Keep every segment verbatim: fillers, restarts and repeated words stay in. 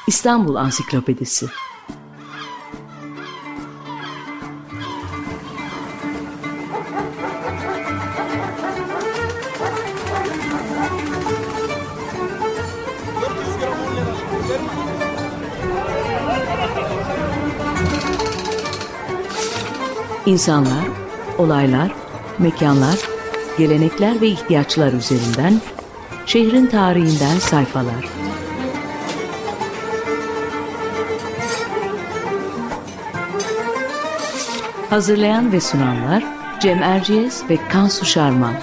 İstanbul Ansiklopedisi. İnsanlar, olaylar, mekanlar, gelenekler ve ihtiyaçlar üzerinden şehrin tarihinden sayfalar. Hazırlayan ve sunanlar Cem Erciyes ve Kansu Şarman.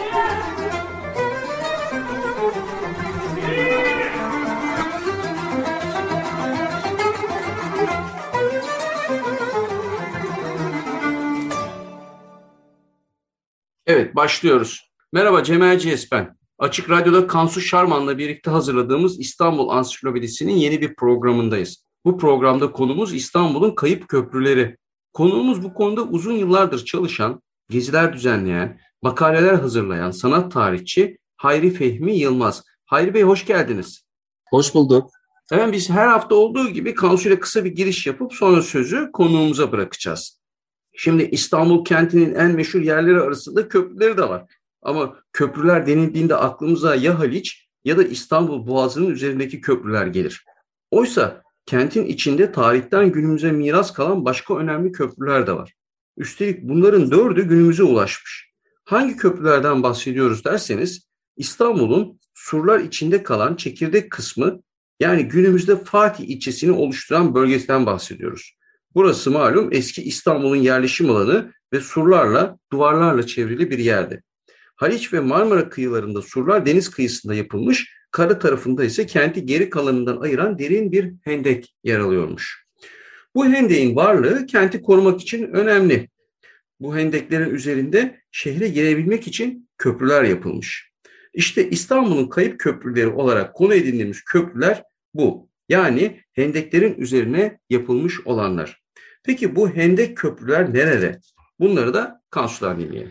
Evet, başlıyoruz. Merhaba, Cem Erciyes ben. Açık Radyo'da Kansu Şarman'la birlikte hazırladığımız İstanbul Ansiklopedisi'nin yeni bir programındayız. Bu programda konumuz İstanbul'un kayıp köprüleri. Konuğumuz bu konuda uzun yıllardır çalışan, geziler düzenleyen, makaleler hazırlayan sanat tarihçi Hayri Fehmi Yılmaz. Hayri Bey, hoş geldiniz. Hoş bulduk. Evet, biz her hafta olduğu gibi Kansu ile kısa bir giriş yapıp sonra sözü konuğumuza bırakacağız. Şimdi İstanbul kentinin en meşhur yerleri arasında köprüleri de var. Ama köprüler denildiğinde aklımıza ya Haliç ya da İstanbul Boğazı'nın üzerindeki köprüler gelir. Oysa kentin içinde tarihten günümüze miras kalan başka önemli köprüler de var. Üstelik bunların dördü günümüze ulaşmış. Hangi köprülerden bahsediyoruz derseniz, İstanbul'un surlar içinde kalan çekirdek kısmı, yani günümüzde Fatih ilçesini oluşturan bölgesinden bahsediyoruz. Burası malum eski İstanbul'un yerleşim alanı ve surlarla, duvarlarla çevrili bir yerdi. Haliç ve Marmara kıyılarında surlar deniz kıyısında yapılmış, kara tarafında ise kenti geri kalanından ayıran derin bir hendek yer alıyormuş. Bu hendeğin varlığı kenti korumak için önemli. Bu hendeklerin üzerinde şehre girebilmek için köprüler yapılmış. İşte İstanbul'un kayıp köprüleri olarak konu edindiğimiz köprüler bu. Yani hendeklerin üzerine yapılmış olanlar. Peki bu hendek köprüler nerede? Bunları da Kansu'dan dinleyelim.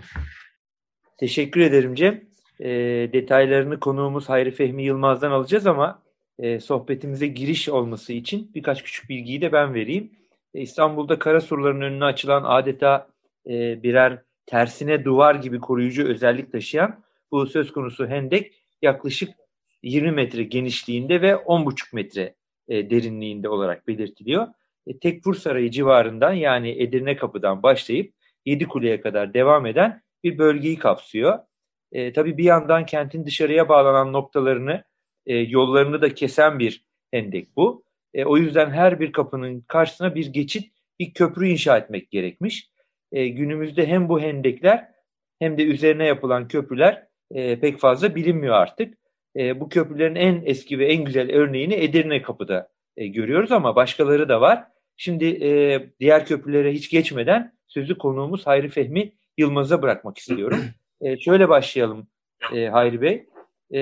Teşekkür ederim Cem. E, detaylarını konuğumuz Hayri Fehmi Yılmaz'dan alacağız ama e, sohbetimize giriş olması için birkaç küçük bilgiyi de ben vereyim. E, İstanbul'da kara surların önüne açılan adeta e, birer tersine duvar gibi koruyucu özellik taşıyan bu söz konusu hendek yaklaşık yirmi metre genişliğinde ve on buçuk metre e, derinliğinde olarak belirtiliyor. E, Tekfur Sarayı civarından, yani Edirne Kapı'dan başlayıp Yedikule'ye kadar devam eden bir bölgeyi kapsıyor. E, tabii bir yandan kentin dışarıya bağlanan noktalarını, e, yollarını da kesen bir hendek bu. E, o yüzden her bir kapının karşısına bir geçit, bir köprü inşa etmek gerekmiş. E, günümüzde hem bu hendekler hem de üzerine yapılan köprüler e, pek fazla bilinmiyor artık. E, bu köprülerin en eski ve en güzel örneğini Edirne Kapı'da e, görüyoruz ama başkaları da var. Şimdi e, diğer köprülere hiç geçmeden sözü konuğumuz Hayri Fehmi Yılmaz'a bırakmak istiyorum. E, şöyle başlayalım e, Hayri Bey. E,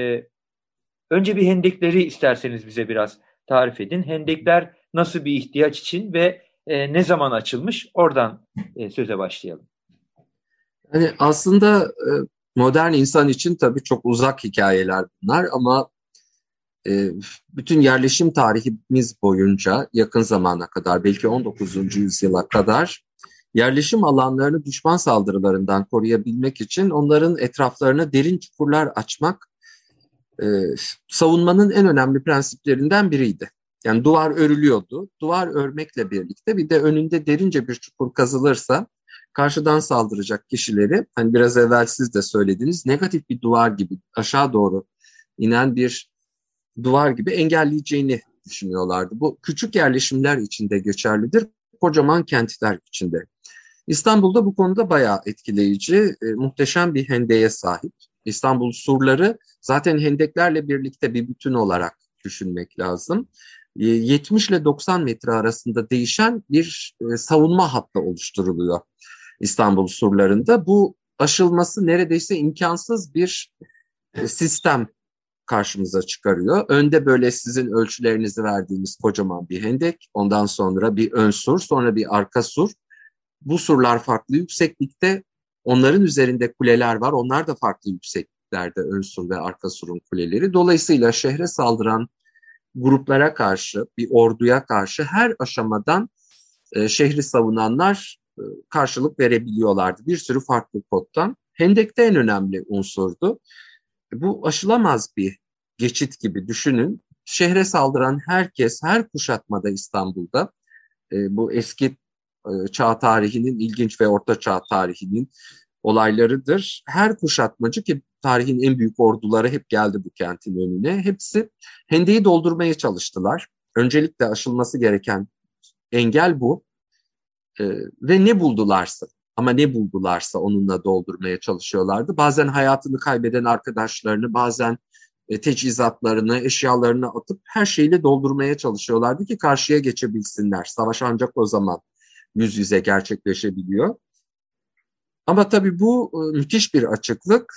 önce bir hendekleri isterseniz bize biraz tarif edin. Hendekler nasıl bir ihtiyaç için ve e, ne zaman açılmış? Oradan e, söze başlayalım. Yani aslında e, modern insan için tabii çok uzak hikayeler bunlar ama e, bütün yerleşim tarihimiz boyunca yakın zamana kadar, belki on dokuzuncu yüzyıla kadar yerleşim alanlarını düşman saldırılarından koruyabilmek için onların etraflarına derin çukurlar açmak e, savunmanın en önemli prensiplerinden biriydi. Yani duvar örülüyordu. Duvar örmekle birlikte bir de önünde derince bir çukur kazılırsa karşıdan saldıracak kişileri, hani biraz evvel siz de söylediniz, negatif bir duvar gibi aşağı doğru inen bir duvar gibi engelleyeceğini düşünüyorlardı. Bu küçük yerleşimler için de geçerlidir, kocaman kentler için de. İstanbul'da bu konuda bayağı etkileyici, e, muhteşem bir hendeğe sahip. İstanbul surları zaten hendeklerle birlikte bir bütün olarak düşünmek lazım. E, yetmiş ile doksan metre arasında değişen bir e, savunma hattı oluşturuluyor İstanbul surlarında. Bu aşılması neredeyse imkansız bir e, sistem karşımıza çıkarıyor. Önde böyle sizin ölçülerinizi verdiğiniz kocaman bir hendek, ondan sonra bir ön sur, sonra bir arka sur. Bu surlar farklı yükseklikte, onların üzerinde kuleler var, onlar da farklı yüksekliklerde ön sur ve arka surun kuleleri. Dolayısıyla şehre saldıran gruplara karşı, bir orduya karşı her aşamadan e, şehri savunanlar e, karşılık verebiliyorlardı. Bir sürü farklı koddan. Hendek'te en önemli unsurdu. Bu aşılamaz bir geçit gibi düşünün. Şehre saldıran herkes, her kuşatmada İstanbul'da, e, bu eski e, çağ tarihinin, ilginç ve orta çağ tarihinin olaylarıdır. Her kuşatmacı, ki tarihin en büyük orduları hep geldi bu kentin önüne, hepsi hendeyi doldurmaya çalıştılar. Öncelikle aşılması gereken engel bu. E, ve ne buldularsa, ama ne buldularsa onunla doldurmaya çalışıyorlardı. Bazen hayatını kaybeden arkadaşlarını, bazen e, teçhizatlarını, eşyalarını atıp her şeyle doldurmaya çalışıyorlardı ki karşıya geçebilsinler. Savaş ancak o zaman yüz yüze gerçekleşebiliyor. Ama tabii bu e, müthiş bir açıklık,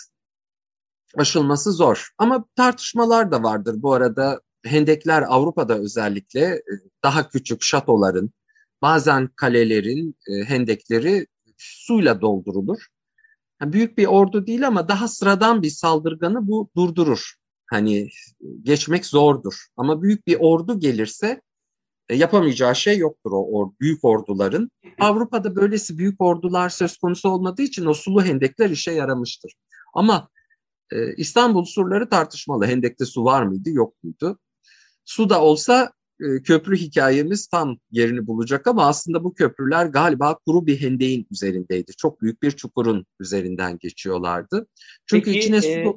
aşılması zor. Ama tartışmalar da vardır. Bu arada hendekler Avrupa'da özellikle e, daha küçük şatoların, bazen kalelerin e, hendekleri suyla doldurulur. Yani büyük bir ordu değil ama daha sıradan bir saldırganı bu durdurur. Hani geçmek zordur. Ama büyük bir ordu gelirse e, yapamayacağı şey yoktur o or, büyük orduların. Avrupa'da böylesi büyük ordular söz konusu olmadığı için o sulu hendekler işe yaramıştır. Ama e, İstanbul surları tartışmalı. Hendekte su var mıydı, yok muydu? Su da olsa e, köprü hikayemiz tam yerini bulacak ama aslında bu köprüler galiba kuru bir hendeğin üzerindeydi. Çok büyük bir çukurun üzerinden geçiyorlardı. Çünkü Peki, içine su... E,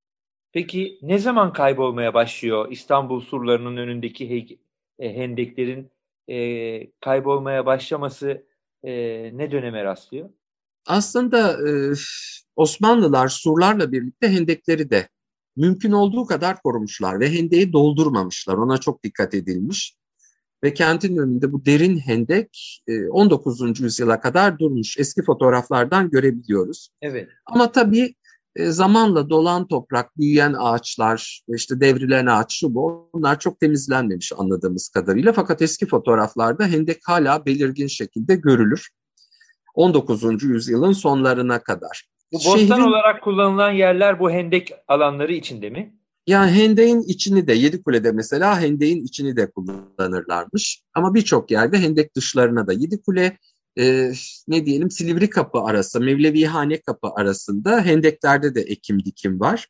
peki ne zaman kaybolmaya başlıyor İstanbul surlarının önündeki he- e, hendeklerin e, kaybolmaya başlaması e, ne döneme rastlıyor? Aslında e, Osmanlılar surlarla birlikte hendekleri de mümkün olduğu kadar korumuşlar ve hendeği doldurmamışlar. Ona çok dikkat edilmiş. Ve kentin önünde bu derin hendek e, on dokuzuncu yüzyıla kadar durmuş. Eski fotoğraflardan görebiliyoruz. Evet. Ama tabii e, zamanla dolan toprak, büyüyen ağaçlar, işte devrilen ağaç, şu bu, bunlar çok temizlenmemiş anladığımız kadarıyla. Fakat eski fotoğraflarda hendek hala belirgin şekilde görülür. on dokuzuncu yüzyılın sonlarına kadar. Bu bostan Şehrin, olarak kullanılan yerler bu hendek alanları içinde mi? yani hendeğin içini de, Yedikule'de mesela hendeğin içini de kullanırlarmış. Ama birçok yerde hendek dışlarına da. Yedikule e, ne diyelim Silivri Kapı arası, Mevlevihane Kapı arasında hendeklerde de ekim dikim var.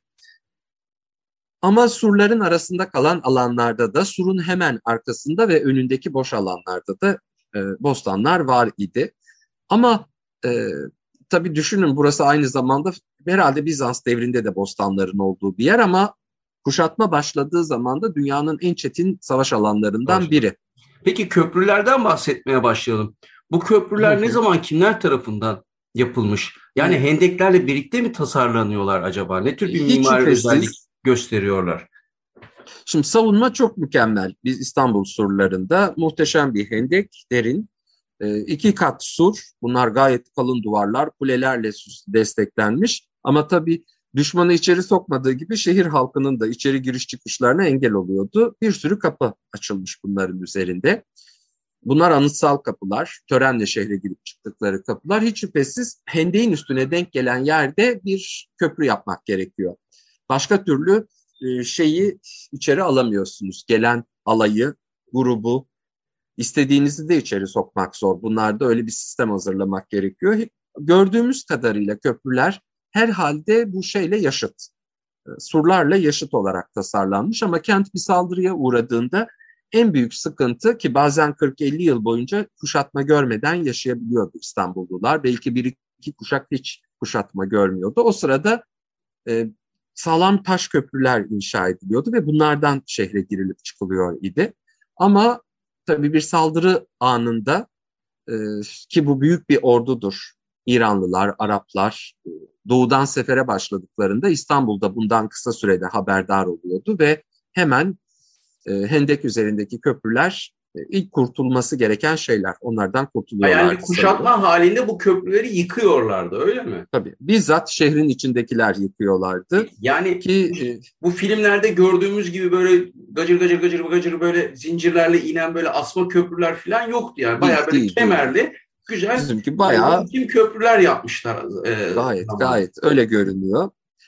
Ama surların arasında kalan alanlarda da, surun hemen arkasında ve önündeki boş alanlarda da e, bostanlar var idi. Ama e, tabii düşünün, burası aynı zamanda herhalde Bizans devrinde de bostanların olduğu bir yer ama kuşatma başladığı zaman da dünyanın en çetin savaş alanlarından Başladı. biri. Peki köprülerden bahsetmeye başlayalım. Bu köprüler ne zaman kimler tarafından yapılmış? Yani hendeklerle birlikte mi tasarlanıyorlar acaba? Ne tür bir Hiç mimari şüphesiz. özellik gösteriyorlar? Şimdi savunma çok mükemmel. Biz İstanbul surlarında muhteşem bir hendek, derin. E, iki kat sur, bunlar gayet kalın duvarlar, kulelerle desteklenmiş. Ama tabii düşmanı içeri sokmadığı gibi şehir halkının da içeri giriş çıkışlarına engel oluyordu. Bir sürü kapı açılmış bunların üzerinde. Bunlar anıtsal kapılar, törenle şehre girip çıktıkları kapılar. Hiç şüphesiz hendeğin üstüne denk gelen yerde bir köprü yapmak gerekiyor. Başka türlü e, şeyi içeri alamıyorsunuz. Gelen alayı, grubu, istediğinizi de içeri sokmak zor. Bunlarda öyle bir sistem hazırlamak gerekiyor. Gördüğümüz kadarıyla köprüler herhalde bu şeyle yaşıt, surlarla yaşıt olarak tasarlanmış ama kent bir saldırıya uğradığında en büyük sıkıntı, ki bazen kırk elli yıl boyunca kuşatma görmeden yaşayabiliyordu İstanbullular. Belki bir iki kuşak hiç kuşatma görmüyordu. O sırada e, sağlam taş köprüler inşa ediliyordu ve bunlardan şehre girilip çıkılıyor idi. Ama tabii bir saldırı anında e, ki bu büyük bir ordudur. İranlılar, Araplar e, doğudan sefere başladıklarında İstanbul'da bundan kısa sürede haberdar oluyordu ve hemen e, hendek üzerindeki köprüler e, ilk kurtulması gereken şeyler. Onlardan kurtuluyorlardı. Yani kuşatma sanırım. Halinde bu köprüleri yıkıyorlardı, öyle mi? Tabii. Bizzat şehrin içindekiler yıkıyorlardı. Yani ki bu, bu filmlerde gördüğümüz gibi böyle gacır gacır gacır gacır böyle zincirlerle inen böyle asma köprüler falan yoktu yani. Bayağı değil, böyle değil, kemerli, değil. Güzel. Bizimki bayağı kim köprüler yapmışlar. E, gayet zaman. gayet öyle görünüyor.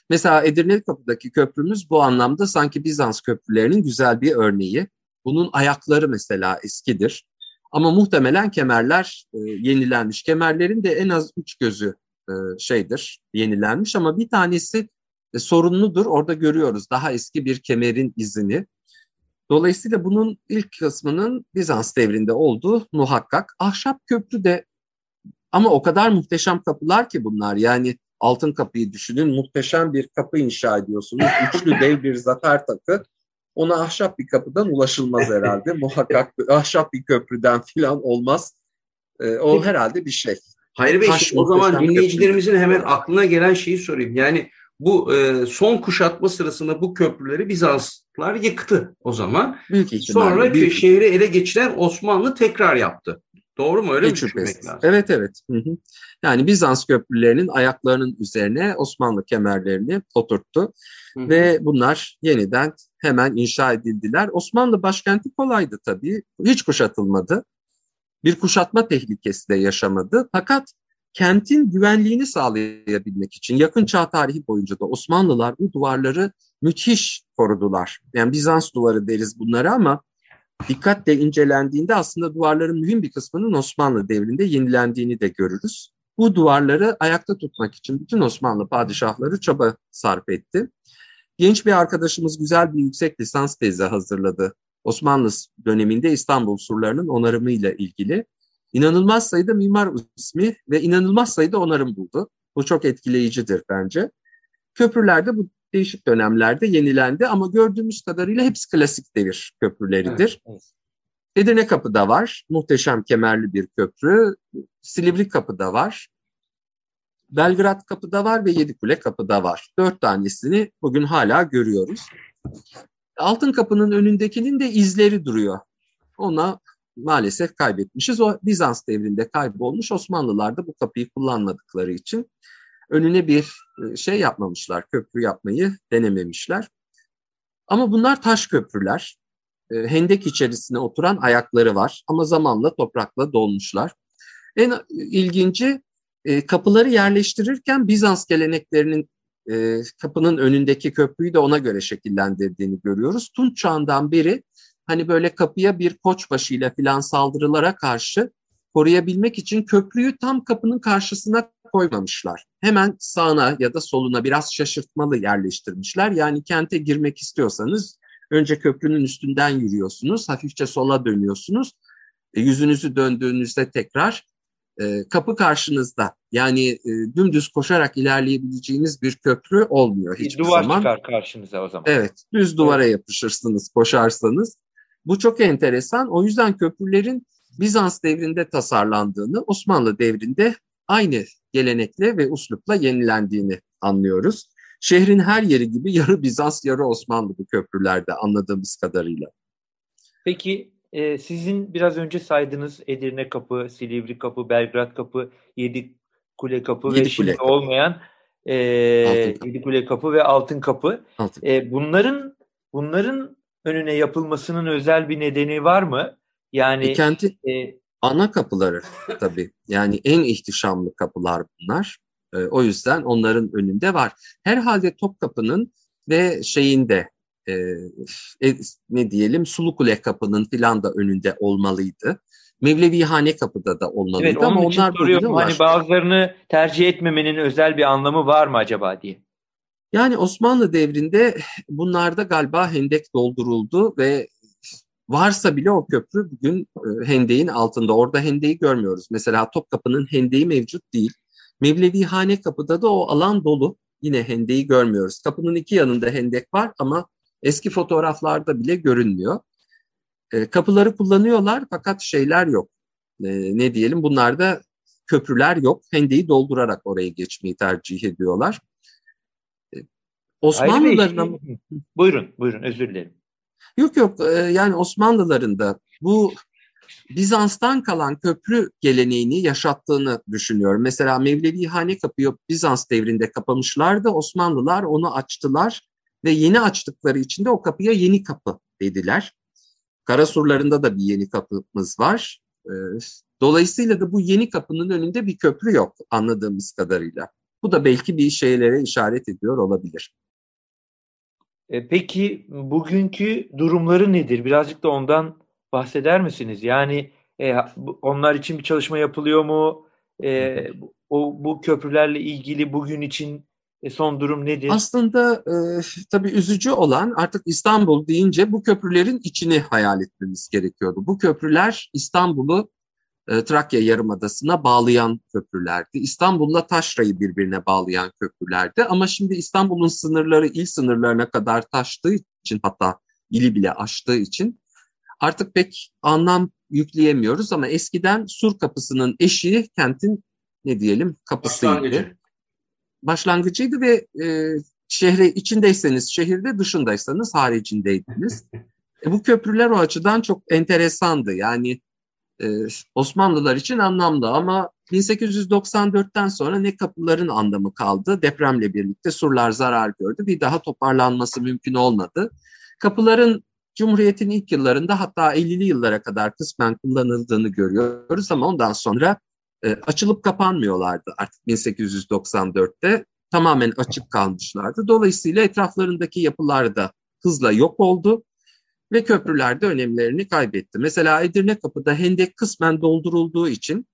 Mesela Edirne Kapı'daki köprümüz bu anlamda sanki Bizans köprülerinin güzel bir örneği. Bunun ayakları mesela eskidir. Ama muhtemelen kemerler e, yenilenmiş. Kemerlerin de en az üç gözü e, şeydir, yenilenmiş ama bir tanesi e, sorunludur. Orada görüyoruz daha eski bir kemerin izini. Dolayısıyla bunun ilk kısmının Bizans devrinde olduğu muhakkak. Ahşap köprü de ama o kadar muhteşem kapılar ki bunlar. Yani Altın Kapı'yı düşünün, muhteşem bir kapı inşa ediyorsunuz. Üçlü dev bir zafer takı. Ona ahşap bir kapıdan ulaşılmaz herhalde. Muhakkak ahşap bir köprüden falan olmaz. Ee, o herhalde bir şey. Hayri Bey, Taş o zaman muhteşem dinleyicilerimizin köprü. hemen aklına gelen şeyi sorayım. Yani bu e, son kuşatma sırasında bu köprüleri Bizanslılar yıktı o zaman. Büyük ihtimalle. Sonra Büyük şehri ele geçiren Osmanlı tekrar yaptı. Doğru mu? Öyle Hiç mi düşünmek şüphesiz. lazım? Evet evet. Hı hı. Yani Bizans köprülerinin ayaklarının üzerine Osmanlı kemerlerini oturttu. Hı hı. Ve bunlar yeniden hemen inşa edildiler. Osmanlı başkenti kolaydı tabii. Hiç kuşatılmadı. Bir kuşatma tehlikesi de yaşamadı. Fakat kentin güvenliğini sağlayabilmek için yakın çağ tarihi boyunca da Osmanlılar bu duvarları müthiş korudular. Yani Bizans duvarı deriz bunlara ama dikkatle incelendiğinde aslında duvarların mühim bir kısmının Osmanlı devrinde yenilendiğini de görürüz. Bu duvarları ayakta tutmak için bütün Osmanlı padişahları çaba sarf etti. Genç bir arkadaşımız güzel bir yüksek lisans tezi hazırladı. Osmanlı döneminde İstanbul surlarının onarımıyla ilgili. İnanılmaz sayıda mimar ismi ve inanılmaz sayıda onarım buldu. Bu çok etkileyicidir bence. Köprüler de bu değişik dönemlerde yenilendi ama gördüğümüz kadarıyla hepsi klasik devir köprüleridir. Evet, evet. Edirne Kapı'da var. Muhteşem kemerli bir köprü. Silivri Kapı'da var. Belgrad Kapı'da var ve Yedikule Kapı'da var. Dört tanesini bugün hala görüyoruz. Altın Kapı'nın önündekinin de izleri duruyor. Ona maalesef kaybetmişiz. O Bizans devrinde kaybolmuş. Osmanlılar da bu kapıyı kullanmadıkları için önüne bir şey yapmamışlar. Köprü yapmayı denememişler. Ama bunlar taş köprüler. Hendek içerisine oturan ayakları var. Ama zamanla toprakla dolmuşlar. En ilginci kapıları yerleştirirken Bizans geleneklerinin kapının önündeki köprüyü de ona göre şekillendirdiğini görüyoruz. Tunç çağından beri hani böyle kapıya bir koçbaşıyla filan saldırılara karşı koruyabilmek için köprüyü tam kapının karşısına koymamışlar. Hemen sağına ya da soluna biraz şaşırtmalı yerleştirmişler. Yani kente girmek istiyorsanız önce köprünün üstünden yürüyorsunuz, hafifçe sola dönüyorsunuz. E, yüzünüzü döndüğünüzde tekrar e, kapı karşınızda. Yani e, dümdüz koşarak ilerleyebileceğiniz bir köprü olmuyor hiçbir duvar zaman. Duvar çıkar karşınıza o zaman. Evet, düz duvara evet. yapışırsınız koşarsanız. Bu çok enteresan. O yüzden köprülerin Bizans devrinde tasarlandığını, Osmanlı devrinde aynı gelenekle ve uslupla yenilendiğini anlıyoruz. Şehrin her yeri gibi yarı Bizans, yarı Osmanlı bu köprülerde anladığımız kadarıyla. Peki e, sizin biraz önce saydığınız Edirne Kapı, Silivri Kapı, Belgrad Kapı, Yedikule Kapı Yedi ve şimdi Kapı. olmayan e, Yedikule Kapı ve Altın Kapı. Altın. E, bunların bunların önüne yapılmasının özel bir nedeni var mı? Yani e, kenti e, ana kapıları tabii. Yani en ihtişamlı kapılar bunlar. E, o yüzden onların önünde var. Herhalde Topkapı'nın ve şeyinde e, e, ne diyelim Sulukule Kapı'nın filan da önünde olmalıydı. Mevlevihane Kapı'da da olmalıydı evet, ama onun için onlar soruyorum. Hani bazılarını tercih etmemenin özel bir anlamı var mı acaba diye. Yani Osmanlı devrinde bunlarda galiba hendek dolduruldu ve varsa bile o köprü bugün hendeğin altında. Orada hendeği görmüyoruz. Mesela Topkapı'nın hendeği mevcut değil. Mevlevihane Kapı'da da o alan dolu. Yine hendeği görmüyoruz. Kapının iki yanında hendek var ama eski fotoğraflarda bile görünmüyor. Kapıları kullanıyorlar fakat şeyler yok. Ne diyelim bunlarda köprüler yok. Hendeği doldurarak oraya geçmeyi tercih ediyorlar. Osmanlıların... Bey, buyurun, buyurun özür dilerim. Yok yok yani Osmanlıların da bu Bizans'tan kalan köprü geleneğini yaşattığını düşünüyorum. Mesela Mevlevihane Kapı'yı Bizans devrinde kapamışlardı. Osmanlılar onu açtılar ve yeni açtıkları için de o kapıya Yeni Kapı dediler. Karasurlarında da bir Yeni Kapımız var. Dolayısıyla da bu Yeni Kapı'nın önünde bir köprü yok anladığımız kadarıyla. Bu da belki bir şeylere işaret ediyor olabilir. E, peki bugünkü durumları nedir? Birazcık da ondan bahseder misiniz? Yani e, onlar için bir çalışma yapılıyor mu? E, o bu köprülerle ilgili bugün için e, son durum nedir? Aslında e, tabii üzücü olan, artık İstanbul deyince bu köprülerin içini hayal etmemiz gerekiyordu. Bu köprüler İstanbul'u e, Trakya Yarımadası'na bağlayan köprülerdi. İstanbul'la Taşra'yı birbirine bağlayan köprülerdi. Ama şimdi İstanbul'un sınırları il sınırlarına kadar taştığı için, hatta ili bile aştığı için artık pek anlam yükleyemiyoruz. Ama eskiden Sur Kapısı'nın eşiği kentin, ne diyelim, kapısıydı. Başlangıcı. Başlangıcıydı ve e, şehre içindeyseniz şehirde, dışındaysanız haricindeydiniz. E, bu köprüler o açıdan çok enteresandı. Yani e, Osmanlılar için anlamlı, ama bin sekiz yüz doksan dörtten sonra ne kapıların anlamı kaldı. Depremle birlikte surlar zarar gördü. Bir daha toparlanması mümkün olmadı. Kapıların Cumhuriyet'in ilk yıllarında, hatta ellili yıllara kadar kısmen kullanıldığını görüyoruz, ama ondan sonra e, açılıp kapanmıyorlardı artık bin sekiz yüz doksan dörtte. Tamamen açık kalmışlardı. Dolayısıyla etraflarındaki yapılar da hızla yok oldu ve köprüler de önemlerini kaybetti. Mesela Edirne Kapı'da hendek kısmen doldurulduğu için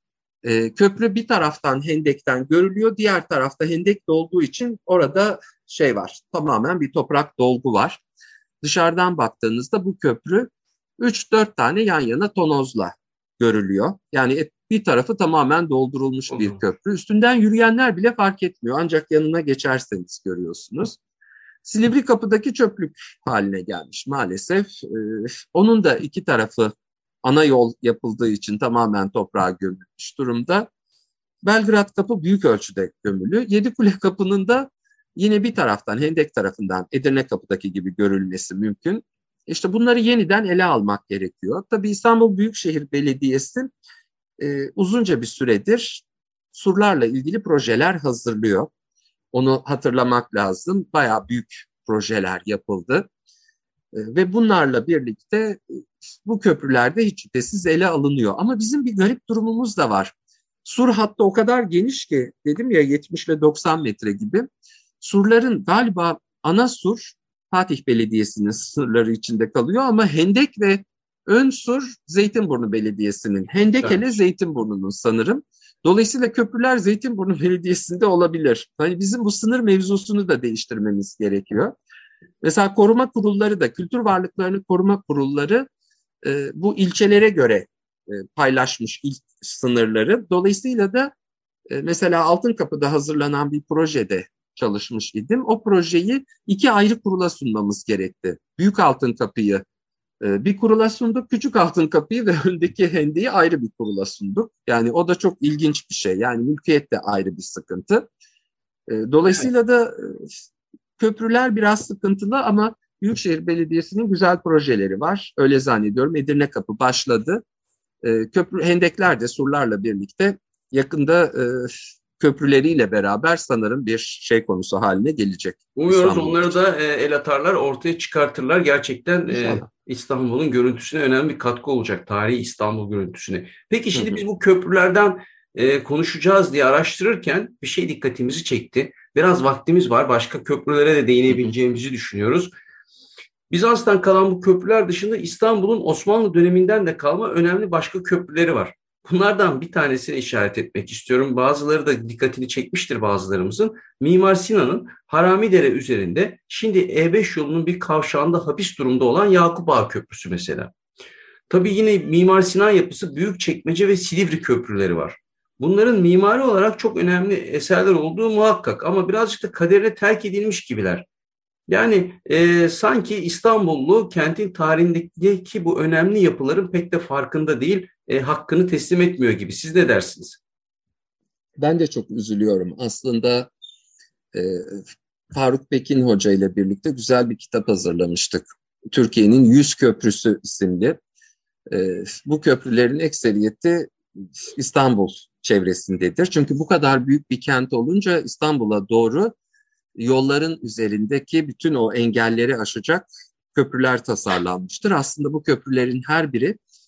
e, köprü bir taraftan hendekten görülüyor, diğer tarafta hendek dolduğu için orada şey var, tamamen bir toprak dolgu var. Dışarıdan baktığınızda bu köprü üç dört tane yan yana tonozla görülüyor. Yani bir tarafı tamamen doldurulmuş bir köprü. Üstünden yürüyenler bile fark etmiyor. Ancak yanına geçerseniz görüyorsunuz. Silivri Kapı'daki çöplük haline gelmiş maalesef. Ee, onun da iki tarafı ana yol yapıldığı için tamamen toprağa gömülmüş durumda. Belgrad Kapı büyük ölçüde gömülü. Yedikule Kapı'nın da yine bir taraftan, hendek tarafından Edirne Kapı'daki gibi görülmesi mümkün. İşte bunları yeniden ele almak gerekiyor. Tabii İstanbul Büyükşehir Belediyesi e, uzunca bir süredir surlarla ilgili projeler hazırlıyor. Onu hatırlamak lazım. Bayağı büyük projeler yapıldı. E, ve bunlarla birlikte e, bu köprülerde hiç şüphesiz ele alınıyor. Ama bizim bir garip durumumuz da var. Sur hattı o kadar geniş ki, dedim ya, yetmiş ile doksan metre gibi. Surların galiba ana sur Fatih Belediyesi'nin sınırları içinde kalıyor, ama hendek ve ön sur Zeytinburnu Belediyesi'nin. Hendek evet. Hele Zeytinburnu'nun sanırım. Dolayısıyla köprüler Zeytinburnu Belediyesi'nde olabilir. Hani bizim bu sınır mevzusunu da değiştirmemiz gerekiyor. Mesela koruma kurulları da, kültür varlıklarını koruma kurulları e, bu ilçelere göre e, paylaşmış il sınırları. Dolayısıyla da e, mesela Altınkapı'da hazırlanan bir projede çalışmış idim. O projeyi iki ayrı kurula sunmamız gerekti. Büyük Altınkapı'yı e, bir kurula sunduk, Küçük Altınkapı'yı ve öndeki hendeyi ayrı bir kurula sunduk. Yani o da çok ilginç bir şey. Yani mülkiyet de ayrı bir sıkıntı. E, dolayısıyla da e, köprüler biraz sıkıntılı, ama Büyükşehir Belediyesi'nin güzel projeleri var. Öyle zannediyorum. Edirne Kapı başladı. E, köprü hendekler de surlarla birlikte yakında e, köprüleriyle beraber sanırım bir şey konusu haline gelecek. Umuyoruz İstanbul onları için da e, el atarlar, ortaya çıkartırlar. Gerçekten e, İstanbul'un görüntüsüne önemli bir katkı olacak. Tarihi İstanbul görüntüsüne. Peki şimdi hı hı. biz bu köprülerden e, konuşacağız diye araştırırken bir şey dikkatimizi çekti. Biraz vaktimiz var. Başka köprülere de değinebileceğimizi hı hı. düşünüyoruz. Bizans'tan kalan bu köprüler dışında İstanbul'un Osmanlı döneminden de kalma önemli başka köprüleri var. Bunlardan bir tanesine işaret etmek istiyorum. Bazıları da dikkatini çekmiştir bazılarımızın. Mimar Sinan'ın Haramidere üzerinde, şimdi E beş yolunun bir kavşağında hapis durumda olan Yakup Ağa Köprüsü mesela. Tabii yine Mimar Sinan yapısı Büyükçekmece ve Silivri köprüleri var. Bunların mimari olarak çok önemli eserler olduğu muhakkak, ama birazcık da kaderine terk edilmiş gibiler. Yani e, sanki İstanbullu kentin tarihindeki bu önemli yapıların pek de farkında değil, e, hakkını teslim etmiyor gibi. Siz ne dersiniz? Ben de çok üzülüyorum. Aslında e, Faruk Pekin Hoca ile birlikte güzel bir kitap hazırlamıştık. Türkiye'nin Yüz Köprüsü isimli. E, bu köprülerin ekseriyeti İstanbul çevresindedir. Çünkü bu kadar büyük bir kent olunca İstanbul'a doğru yolların üzerindeki bütün o engelleri aşacak köprüler tasarlanmıştır. Aslında bu köprülerin her biri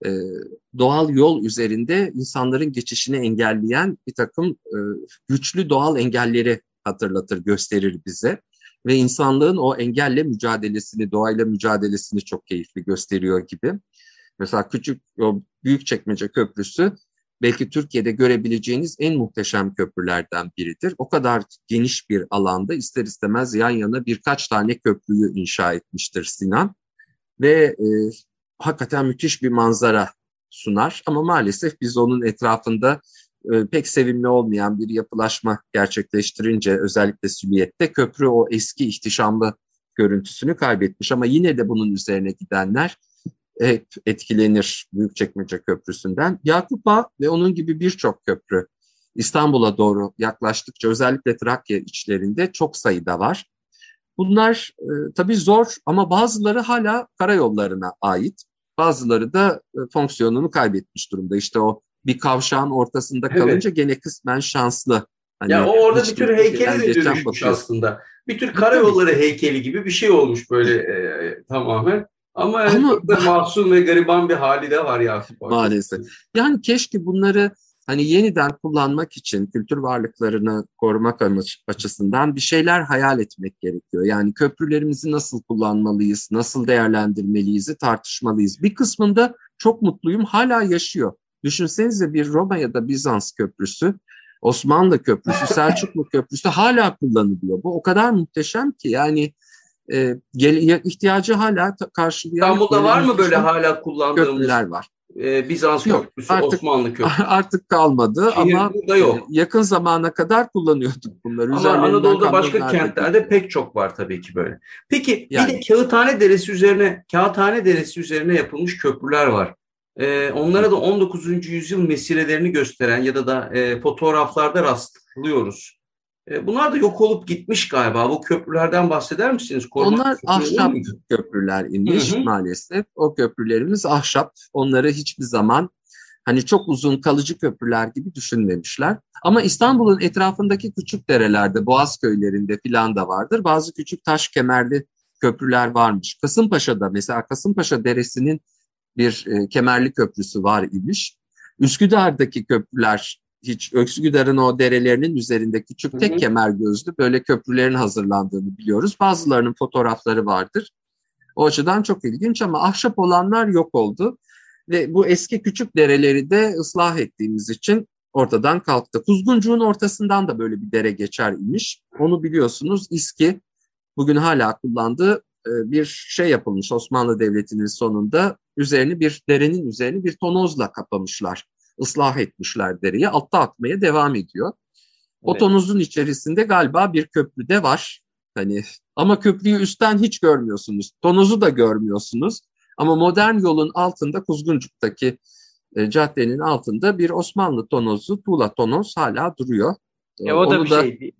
e, doğal yol üzerinde insanların geçişini engelleyen bir takım e, güçlü doğal engelleri hatırlatır, gösterir bize. Ve insanlığın o engelle mücadelesini, doğayla mücadelesini çok keyifli gösteriyor gibi. Mesela küçük o Büyükçekmece Köprüsü belki Türkiye'de görebileceğiniz en muhteşem köprülerden biridir. O kadar geniş bir alanda ister istemez yan yana birkaç tane köprüyü inşa etmiştir Sinan. Ve e, hakikaten müthiş bir manzara sunar. Ama maalesef biz onun etrafında e, pek sevimli olmayan bir yapılaşma gerçekleştirince özellikle Silüet'te köprü o eski ihtişamlı görüntüsünü kaybetmiş. Ama yine de bunun üzerine gidenler hep etkilenir Büyükçekmece Köprüsü'nden. Yakup Ağa ve onun gibi birçok köprü İstanbul'a doğru yaklaştıkça özellikle Trakya içlerinde çok sayıda var. Bunlar e, tabii zor ama bazıları hala karayollarına ait. Bazıları da e, fonksiyonunu kaybetmiş durumda. İşte o bir kavşağın ortasında kalınca evet, gene kısmen şanslı. Hani ya o orada bir tür heykeli de dönüşmüş bakıyor aslında. Bir tür karayolları heykeli gibi bir şey olmuş böyle e, tamamen. Ama, Ama çok da masum ve gariban bir hali de var ya. Maalesef. Yani keşke bunları hani yeniden kullanmak için kültür varlıklarını korumak açısından bir şeyler hayal etmek gerekiyor. Yani köprülerimizi nasıl kullanmalıyız, nasıl değerlendirmeliyiz, tartışmalıyız. Bir kısmında çok mutluyum, hala yaşıyor. Düşünsenize bir Roma ya da Bizans köprüsü, Osmanlı köprüsü, Selçuklu köprüsü hala kullanılıyor. Bu o kadar muhteşem ki yani e, ihtiyacı hala karşılayan. İstanbul'da var mı böyle hala kullandığımız köprüler var? Ee, Bizans yok, köprüsü, artık, Osmanlı köprüsü. Artık kalmadı Şehir ama yok. Yakın zamana kadar kullanıyorduk bunları. Ama Anadolu'da başka kentlerde değil, pek çok var tabii ki böyle. Peki yani, bir de Kağıthane Deresi üzerine, Kağıthane Deresi üzerine yapılmış köprüler var. Ee, onlara da on dokuzuncu yüzyıl mesirelerini gösteren ya da da e, fotoğraflarda rastlıyoruz. E, bunlar da yok olup gitmiş galiba. Bu köprülerden bahseder misiniz? Korumak Onlar ahşap köprüler imiş, hı hı, maalesef. O köprülerimiz ahşap. Onları hiçbir zaman hani çok uzun kalıcı köprüler gibi düşünmemişler. Ama İstanbul'un etrafındaki küçük derelerde, Boğaz köylerinde filan da vardır. Bazı küçük taş kemerli köprüler varmış. Kasımpaşa'da mesela Kasımpaşa Deresi'nin bir e, kemerli köprüsü var imiş. Üsküdar'daki köprüler, hiç Üsküdar'ın o derelerinin üzerinde küçük tek, hı hı, kemer gözlü böyle köprülerin hazırlandığını biliyoruz. Bazılarının fotoğrafları vardır. O açıdan çok ilginç ama ahşap olanlar yok oldu. Ve bu eski küçük dereleri de ıslah ettiğimiz için ortadan kalktı. Kuzguncuğun ortasından da böyle bir dere geçer imiş. Onu biliyorsunuz, İSKİ bugün hala kullandığı bir şey yapılmış Osmanlı Devleti'nin sonunda. Üzerini bir derenin üzerini bir tonozla kapamışlar. Islah etmişler dereyi. Altta akmaya devam ediyor. Evet. O tonozun içerisinde galiba bir köprü de var. Hani ama köprüyü üstten hiç görmüyorsunuz. Tonozu da görmüyorsunuz. Ama modern yolun altında, Kuzguncuk'taki e, caddenin altında bir Osmanlı tonozu, tuğla tonoz hala duruyor. E, o da Onu bir da, şeydi.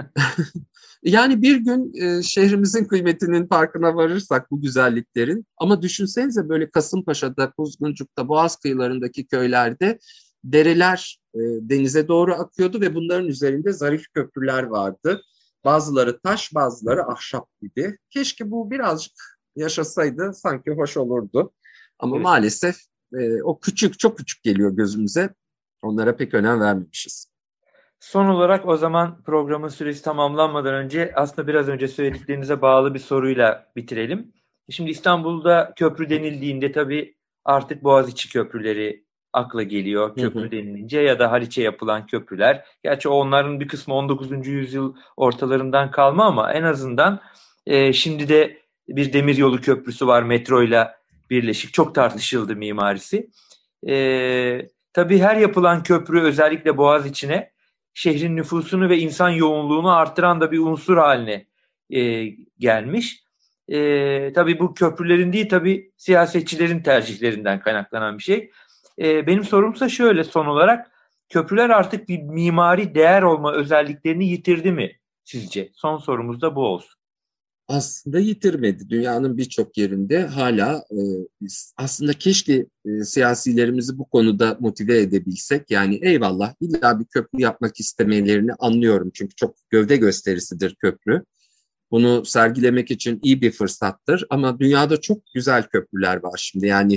Yani bir gün e, şehrimizin kıymetinin farkına varırsak bu güzelliklerin, ama düşünsenize böyle Kasımpaşa'da, Kuzguncuk'ta, Boğaz kıyılarındaki köylerde dereler e, denize doğru akıyordu ve bunların üzerinde zarif köprüler vardı. Bazıları taş, bazıları ahşap gibi. Keşke bu birazcık yaşasaydı sanki hoş olurdu. Ama evet, maalesef e, o küçük, çok küçük geliyor gözümüze. Onlara pek önem vermemişiz. Son olarak o zaman programın süresi tamamlanmadan önce aslında biraz önce söylediklerinize bağlı bir soruyla bitirelim. Şimdi İstanbul'da köprü denildiğinde tabii artık Boğaziçi köprüleri akla geliyor köprü, hı hı, denilince ya da Haliç'e yapılan köprüler. Gerçi onların bir kısmı on dokuzuncu yüzyıl ortalarından kalma ama en azından e, şimdi de bir demiryolu köprüsü var metroyla birleşik. Çok tartışıldı mimarisi. E, tabii her yapılan köprü özellikle Boğaziçi'ne şehrin nüfusunu ve insan yoğunluğunu arttıran da bir unsur haline e, gelmiş. E, tabii bu köprülerin değil, tabii siyasetçilerin tercihlerinden kaynaklanan bir şey. E, benim sorumsa şöyle son olarak, köprüler artık bir mimari değer olma özelliklerini yitirdi mi sizce? Son sorumuz da bu olsun. Aslında yitirmedi. Dünyanın birçok yerinde hala e, aslında keşke e, siyasilerimizi bu konuda motive edebilsek. Yani eyvallah, illa bir köprü yapmak istemelerini anlıyorum. Çünkü çok gövde gösterisidir köprü. Bunu sergilemek için iyi bir fırsattır. Ama dünyada çok güzel köprüler var şimdi. Yani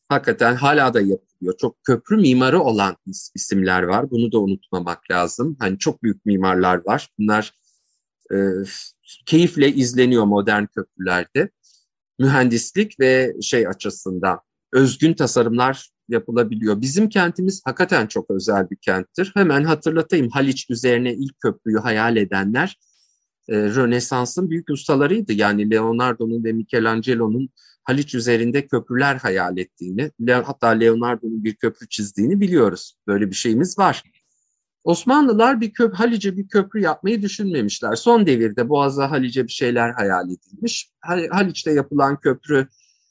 Hakikaten hala da yapılıyor. Çok köprü mimarı olan is- isimler var. Bunu da unutmamak lazım. Hani çok büyük mimarlar var. Bunlar e, keyifle izleniyor modern köprülerde. Mühendislik ve şey açısından özgün tasarımlar yapılabiliyor. Bizim kentimiz hakikaten çok özel bir kenttir. Hemen hatırlatayım, Haliç üzerine ilk köprüyü hayal edenler e, Rönesans'ın büyük ustalarıydı. Yani Leonardo'nun ve Michelangelo'nun Haliç üzerinde köprüler hayal ettiğini, hatta Leonardo'nun bir köprü çizdiğini biliyoruz. Böyle bir şeyimiz var. Osmanlılar bir köp Haliç'e bir köprü yapmayı düşünmemişler. Son devirde Boğaz'a, Haliç'e bir şeyler hayal edilmiş. Haliç'te yapılan köprü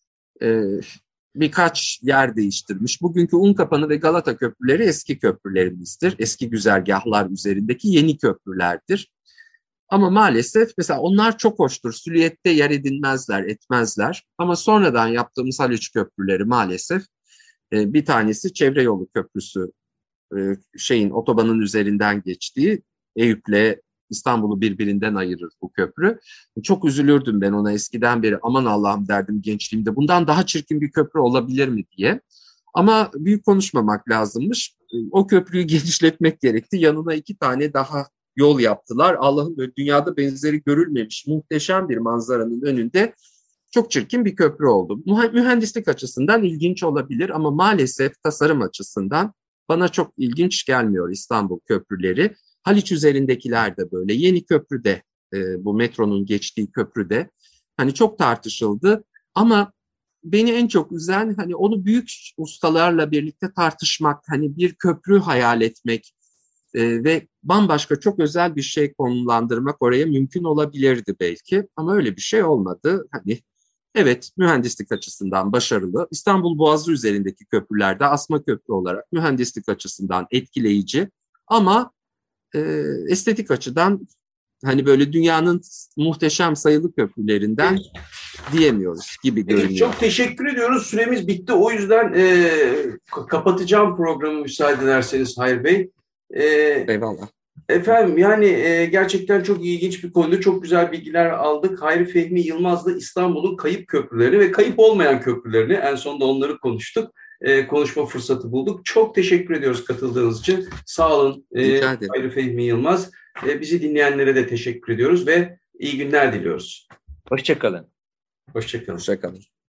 e, birkaç yer değiştirmiş. Bugünkü Unkapanı ve Galata köprüleri eski köprülerimizdir. Eski güzergahlar üzerindeki yeni köprülerdir. Ama maalesef mesela onlar çok hoştur. Silüette yer edinmezler, etmezler. Ama sonradan yaptığımız Haliç köprüleri maalesef e, bir tanesi Çevre Yolu Köprüsü, e, şeyin otobanın üzerinden geçtiği, Eyüp'le İstanbul'u birbirinden ayırır bu köprü. Çok üzülürdüm ben ona eskiden beri. Aman Allah'ım derdim gençliğimde. Bundan daha çirkin bir köprü olabilir mi diye. Ama büyük konuşmamak lazımmış. O köprüyü genişletmek gerekti. Yanına iki tane daha yol yaptılar. Allah'ım, böyle dünyada benzeri görülmemiş muhteşem bir manzaranın önünde çok çirkin bir köprü oldu. Mühendislik açısından ilginç olabilir ama maalesef tasarım açısından bana çok ilginç gelmiyor İstanbul köprüleri. Haliç üzerindekiler de böyle. Yeni köprüde, e, bu metronun geçtiği köprüde hani çok tartışıldı ama beni en çok üzen hani onu büyük ustalarla birlikte tartışmak, hani bir köprü hayal etmek e, ve bambaşka çok özel bir şey konumlandırmak oraya mümkün olabilirdi belki ama öyle bir şey olmadı. Hani evet, mühendislik açısından başarılı. İstanbul Boğazı üzerindeki köprülerde asma köprü olarak mühendislik açısından etkileyici ama e, estetik açıdan hani böyle dünyanın muhteşem sayılı köprülerinden diyemiyoruz gibi görünüyor. Peki, çok teşekkür ediyoruz. Süremiz bitti. O yüzden e, kapatacağım programı müsaade ederseniz Hayri Bey. E, Eyvallah. Efendim yani e, gerçekten çok ilginç bir konuda çok güzel bilgiler aldık. Hayri Fehmi Yılmaz'la İstanbul'un kayıp köprülerini ve kayıp olmayan köprülerini, en sonunda onları konuştuk. E, konuşma fırsatı bulduk. Çok teşekkür ediyoruz katıldığınız için. Sağ olun e, Hayri Fehmi Yılmaz. E, bizi dinleyenlere de teşekkür ediyoruz ve iyi günler diliyoruz. Hoşça kalın. Hoşça kalın. Hoşça kalın.